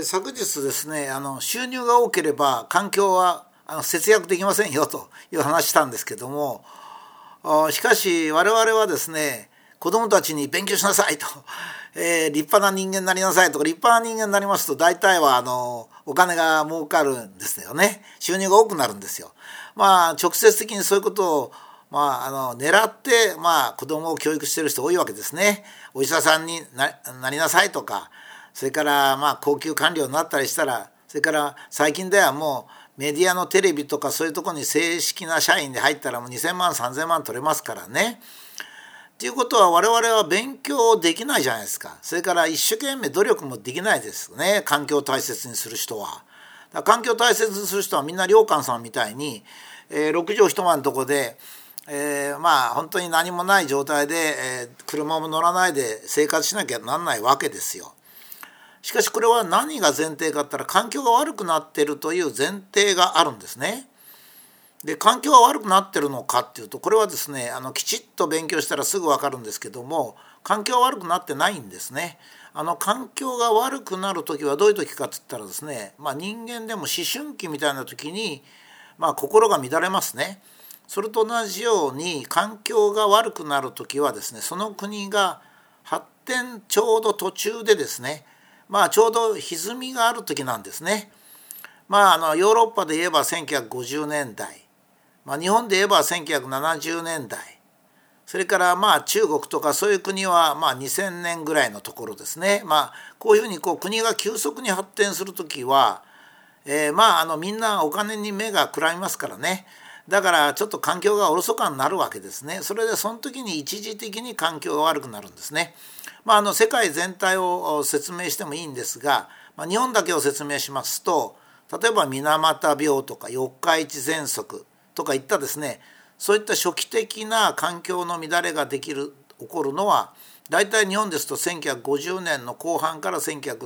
昨日ですね、収入が多ければ環境は節約できませんよという話したんですけども、しかし我々はですね、子どもたちに勉強しなさいと、立派な人間になりなさいとか、立派な人間になりますと大体はお金が儲かるんですよね。収入が多くなるんですよ。直接的にそういうことを狙って、子供を教育している人多いわけですね。お医者さんになりなさいとか、それから高級官僚になったりしたら、それから最近ではもうメディアのテレビとかそういうところに正式な社員で入ったらもう2000万3000万取れますからね。ということは我々は勉強できないじゃないですか。それから一生懸命努力もできないですね。環境を大切にする人は。だから環境を大切にする人はみんな良寛さんみたいに、6畳一間のとこで、本当に何もない状態で、車も乗らないで生活しなきゃなんないわけですよ。しかしこれは何が前提かって言ったら、環境が悪くなっているという前提があるんですね。で、環境が悪くなってるのかっていうと、これはですね、きちっと勉強したらすぐ分かるんですけども、環境が悪くなってないんですね。環境が悪くなる時はどういう時かって言ったらですね、人間でも思春期みたいな時に、心が乱れますね。それと同じように環境が悪くなる時はですね、その国が発展ちょうど途中でですね、ちょうど歪みがある時なんですね。ヨーロッパで言えば1950年代、日本で言えば1970年代、それから中国とかそういう国は2000年ぐらいのところですね。こういうふうに国が急速に発展する時は、みんなお金に目がくらみますからね。だからちょっと環境がおろそかになるわけですね。それでその時に一時的に環境が悪くなるんですね。世界全体を説明してもいいんですが、日本だけを説明しますと、例えば水俣病とか四日市喘息とかいったですね、そういった初期的な環境の乱れが起こるのは、大体日本ですと1950年の後半から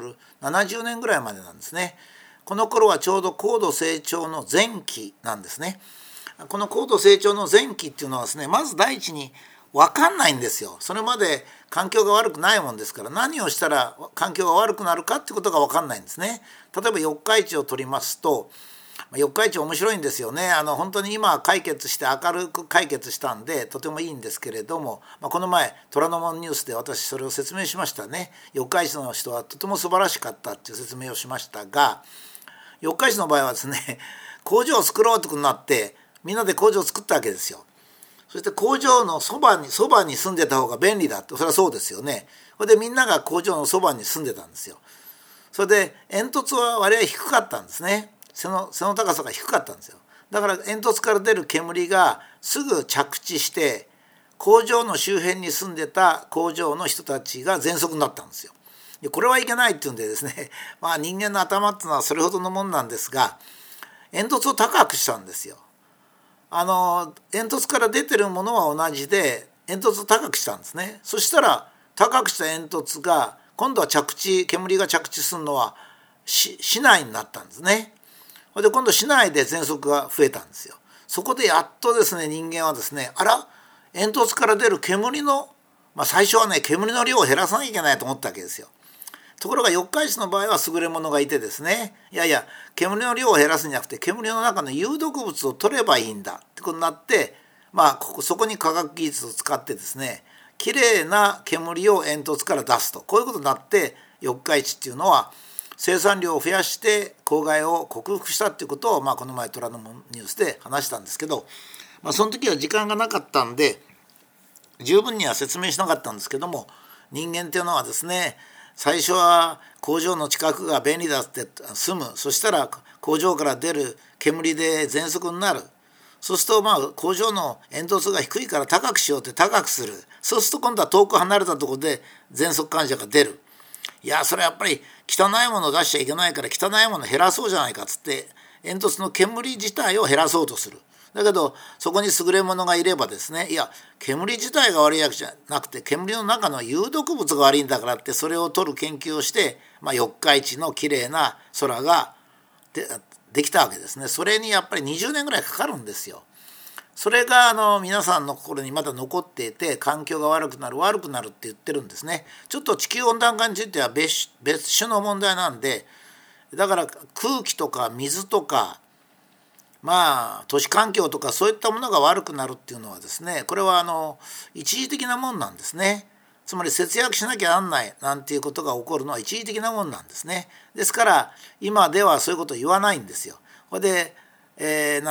1970年ぐらいまでなんですね。この頃はちょうど高度成長の前期なんですね。この高度成長の前期っていうのはですね、まず第一に分かんないんですよ。それまで環境が悪くないもんですから、何をしたら環境が悪くなるかってことが分かんないんですね。例えば四日市を取りますと、四日市面白いんですよね。本当に今解決して明るく解決したんでとてもいいんですけれども、この前虎ノ門ニュースで私それを説明しましたね。四日市の人はとても素晴らしかったっていう説明をしましたが、四日市の場合はですね、工場を作ろうってことになってみんなで工場を作ったわけですよ。そして工場のそばに住んでた方が便利だって、それはそうですよね。それでみんなが工場のそばに住んでたんですよ。それで煙突は割合低かったんですね。背の高さが低かったんですよ。だから煙突から出る煙がすぐ着地して、工場の周辺に住んでた工場の人たちが喘息になったんですよ。でこれはいけないっていうんでですね、人間の頭っていうのはそれほどのもんなんですが、煙突を高くしたんですよ。煙突から出てるものは同じで煙突を高くしたんですね。そしたら高くした煙突が今度は煙が着地するのは市内になったんですね。それで今度市内で喘息が増えたんですよ。そこでやっとですね、人間はですね、煙突から出る煙の、最初はね、煙の量を減らさなきゃいけないと思ったわけですよ。ところが四日市の場合は優れものがいてですね、煙の量を減らすんじゃなくて煙の中の有毒物を取ればいいんだってことになって、そこに科学技術を使ってですね、きれいな煙を煙突から出すと、こういうことになって四日市っていうのは生産量を増やして公害を克服したっていうことを、この前虎ノ門ニュースで話したんですけど、その時は時間がなかったんで十分には説明しなかったんですけども、人間っていうのはですね、最初は工場の近くが便利だって住む。そしたら工場から出る煙で喘息になる。そうすると工場の煙突が低いから高くしようって高くする。そうすると今度は遠く離れたところで喘息患者が出る。それはやっぱり汚いものを出しちゃいけないから汚いものを減らそうじゃないかっつって煙突の煙自体を減らそうとする。だけどそこに優れものがいればですね、煙自体が悪いわけじゃなくて煙の中の有毒物が悪いんだからって、それを取る研究をして、四日市のきれいな空ができたわけですね。それにやっぱり20年ぐらいかかるんですよ。それが皆さんの心にまだ残っていて、環境が悪くなるって言ってるんですね。ちょっと地球温暖化については別種の問題なんで、 だから空気とか水とか都市環境とかそういったものが悪くなるっていうのはですね、これは一時的なもんなんですね。つまり節約しなきゃなんないなんていうことが起こるのは一時的なもんなんですね。ですから今ではそういうことを言わないんですよ。これで、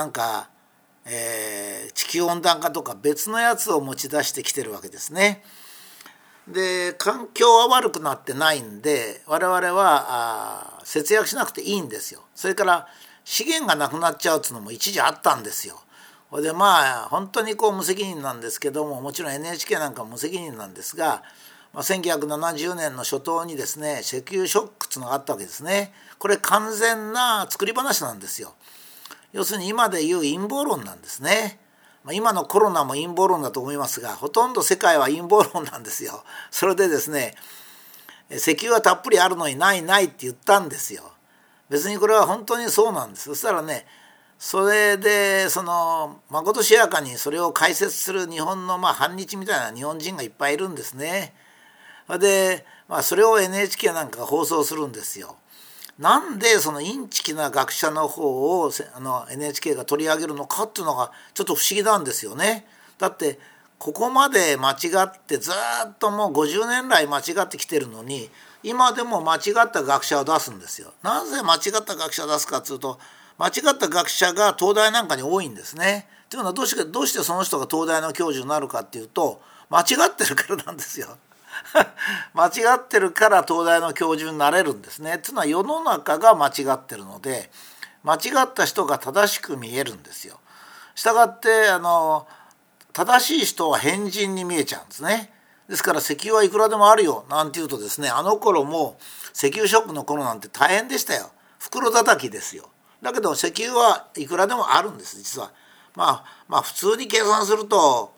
地球温暖化とか別のやつを持ち出してきてるわけですね。で環境は悪くなってないんで我々は節約しなくていいんですよ。それから資源がなくなっちゃうっていうのも一時あったんですよ。で本当に無責任なんですけども、もちろん NHK なんかも無責任なんですが、1970年の初頭にですね石油ショックっていうのがあったわけですね。これ完全な作り話なんですよ。要するに今でいう陰謀論なんですね。今のコロナも陰謀論だと思いますが、ほとんど世界は陰謀論なんですよ。それでですね、石油はたっぷりあるのにないって言ったんですよ。別にこれは本当にそうなんです。そしたらね、それでまことしやかにそれを解説する日本の反日みたいな日本人がいっぱいいるんですね。で、それを NHK なんかが放送するんですよ。なんでそのインチキな学者の方をNHK が取り上げるのかっていうのがちょっと不思議なんですよね。だってここまで間違ってずっともう50年来間違ってきてるのに、今でも間違った学者を出すんですよ。なぜ間違った学者を出すかというと、間違った学者が東大なんかに多いんですね。というのはどうしてその人が東大の教授になるかっていうと、間違ってるからなんですよ。間違ってるから東大の教授になれるんですね。というのは世の中が間違ってるので、間違った人が正しく見えるんですよ。したがって正しい人は変人に見えちゃうんですね。ですから石油はいくらでもあるよなんて言うとですね、あの頃も石油ショックの頃なんて大変でしたよ。袋叩きですよ。だけど石油はいくらでもあるんです。実は普通に計算すると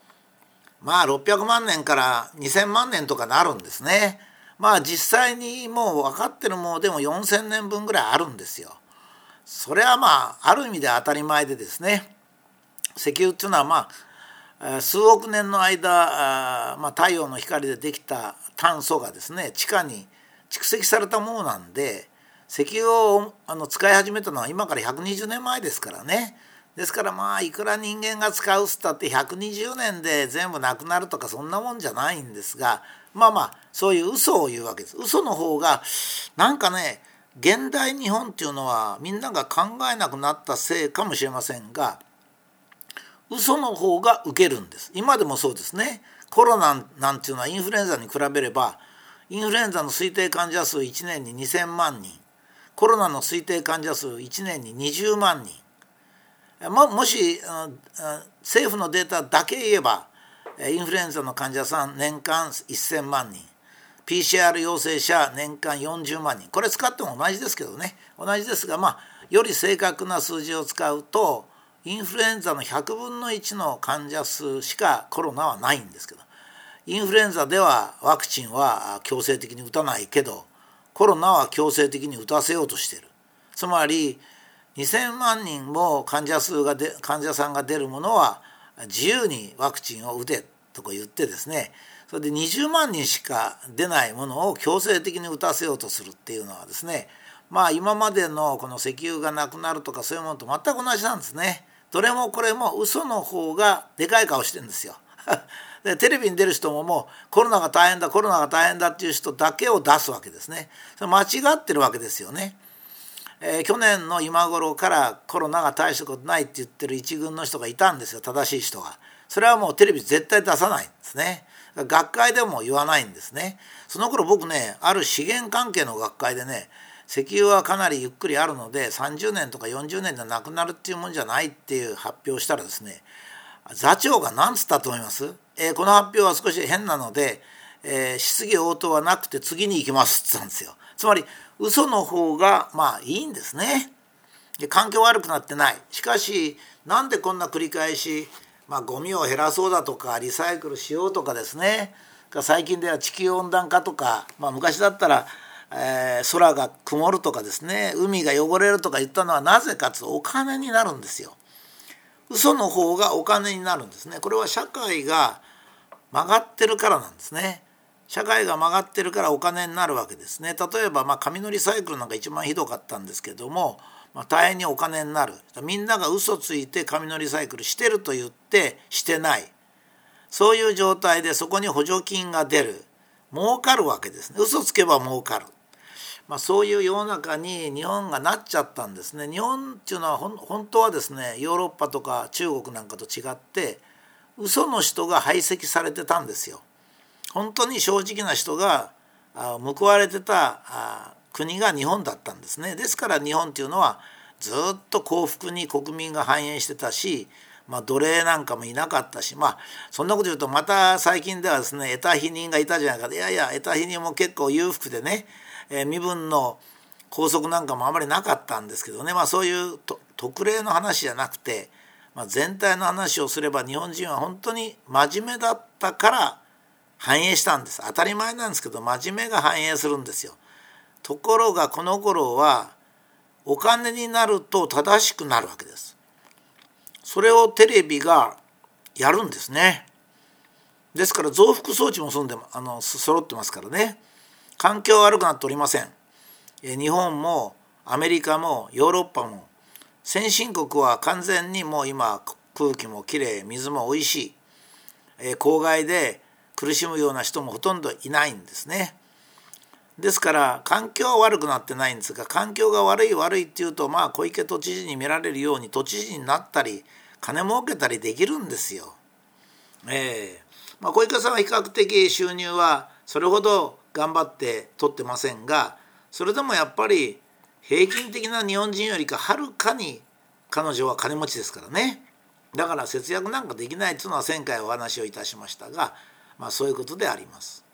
600万年から2000万年とかなるんですね。実際にもう分かってるものでも4000年分ぐらいあるんですよ。それはある意味で当たり前でですね、石油っていうのは数億年の間太陽の光でできた炭素がですね地下に蓄積されたものなんで、石油を使い始めたのは今から120年前ですからね。ですからいくら人間が使うっつったって120年で全部なくなるとかそんなもんじゃないんですが、そういう嘘を言うわけです。嘘の方が現代日本っていうのはみんなが考えなくなったせいかもしれませんが、嘘の方がウケるんです。今でもそうですね。コロナなんていうのはインフルエンザに比べれば、インフルエンザの推定患者数1年に2000万人、コロナの推定患者数1年に20万人。もし政府のデータだけ言えばインフルエンザの患者さん年間1000万人、 PCR 陽性者年間40万人、これ使っても同じですけどね、同じですがより正確な数字を使うとインフルエンザの100分の1の患者数しかコロナはないんですけど、インフルエンザではワクチンは強制的に打たないけどコロナは強制的に打たせようとしている。つまり2000万人も患者さんが出るものは自由にワクチンを打てとか言ってですね、それで20万人しか出ないものを強制的に打たせようとするっていうのはですね、今までのこの石油がなくなるとかそういうものと全く同じなんですね。どれもこれも嘘の方がでかい顔してるんですよ。でテレビに出る人ももうコロナが大変だっていう人だけを出すわけですね。それ間違ってるわけですよね。去年の今頃からコロナが大したことないって言ってる一軍の人がいたんですよ、正しい人が。それはもうテレビ絶対出さないんですね。学会でも言わないんですね。その頃僕ね、ある資源関係の学会でね、石油はかなりゆっくりあるので30年とか40年でなくなるっていうもんじゃないっていう発表をしたらですね、座長が何つったと思います？この発表は少し変なので、質疑応答はなくて次に行きますって言ったんですよ。つまり嘘の方がいいんですね。で環境悪くなってない。しかしなんでこんな繰り返し、ゴミを減らそうだとかリサイクルしようとかですね、最近では地球温暖化とか、昔だったら、空が曇るとかですね、海が汚れるとか言ったのはなぜかというとお金になるんですよ。嘘の方がお金になるんですね。これは社会が曲がってるからなんですね。 社会が曲がってるからお金になるわけですね。例えば紙のリサイクルなんか一番ひどかったんですけども、大変にお金になる。みんなが嘘ついて紙のリサイクルしてると言ってしてない、そういう状態でそこに補助金が出る、儲かるわけですね。嘘つけば儲かる、そういう世の中に日本がなっちゃったんですね。日本っていうのは本当はですね、ヨーロッパとか中国なんかと違って嘘の人が排斥されてたんですよ。本当に正直な人が報われてた国が日本だったんですね。ですから日本っていうのはずっと幸福に国民が繁栄してたし、奴隷なんかもいなかったし、そんなこと言うとまた最近ではですね、得た否人がいたじゃないか。いやいや、得た否人も結構裕福でね、身分の拘束なんかもあまりなかったんですけどね、そういう特例の話じゃなくて、全体の話をすれば日本人は本当に真面目だったから繁栄したんです。当たり前なんですけど真面目が繁栄するんですよ。ところがこの頃はお金になると正しくなるわけです。それをテレビがやるんですね。ですから増幅装置も揃ってますからね。環境は悪くなっておりません。日本もアメリカもヨーロッパも先進国は完全にもう今空気もきれい、水もおいしい、公害で苦しむような人もほとんどいないんですね。ですから環境は悪くなってないんですが、環境が悪いっていうと小池都知事に見られるように都知事になったり金儲けたりできるんですよ。小池さんは比較的収入はそれほど頑張って取ってませんが、それでもやっぱり平均的な日本人よりかはるかに彼女は金持ちですからね。だから節約なんかできないというのは前回お話をいたしましたが、そういうことであります。